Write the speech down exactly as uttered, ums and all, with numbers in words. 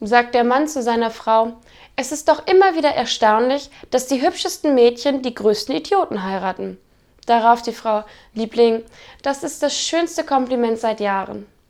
sagt der Mann zu seiner Frau: Es ist doch immer wieder erstaunlich, dass die hübschesten Mädchen die größten Idioten heiraten. Darauf die Frau: Liebling, das ist das schönste Kompliment seit Jahren.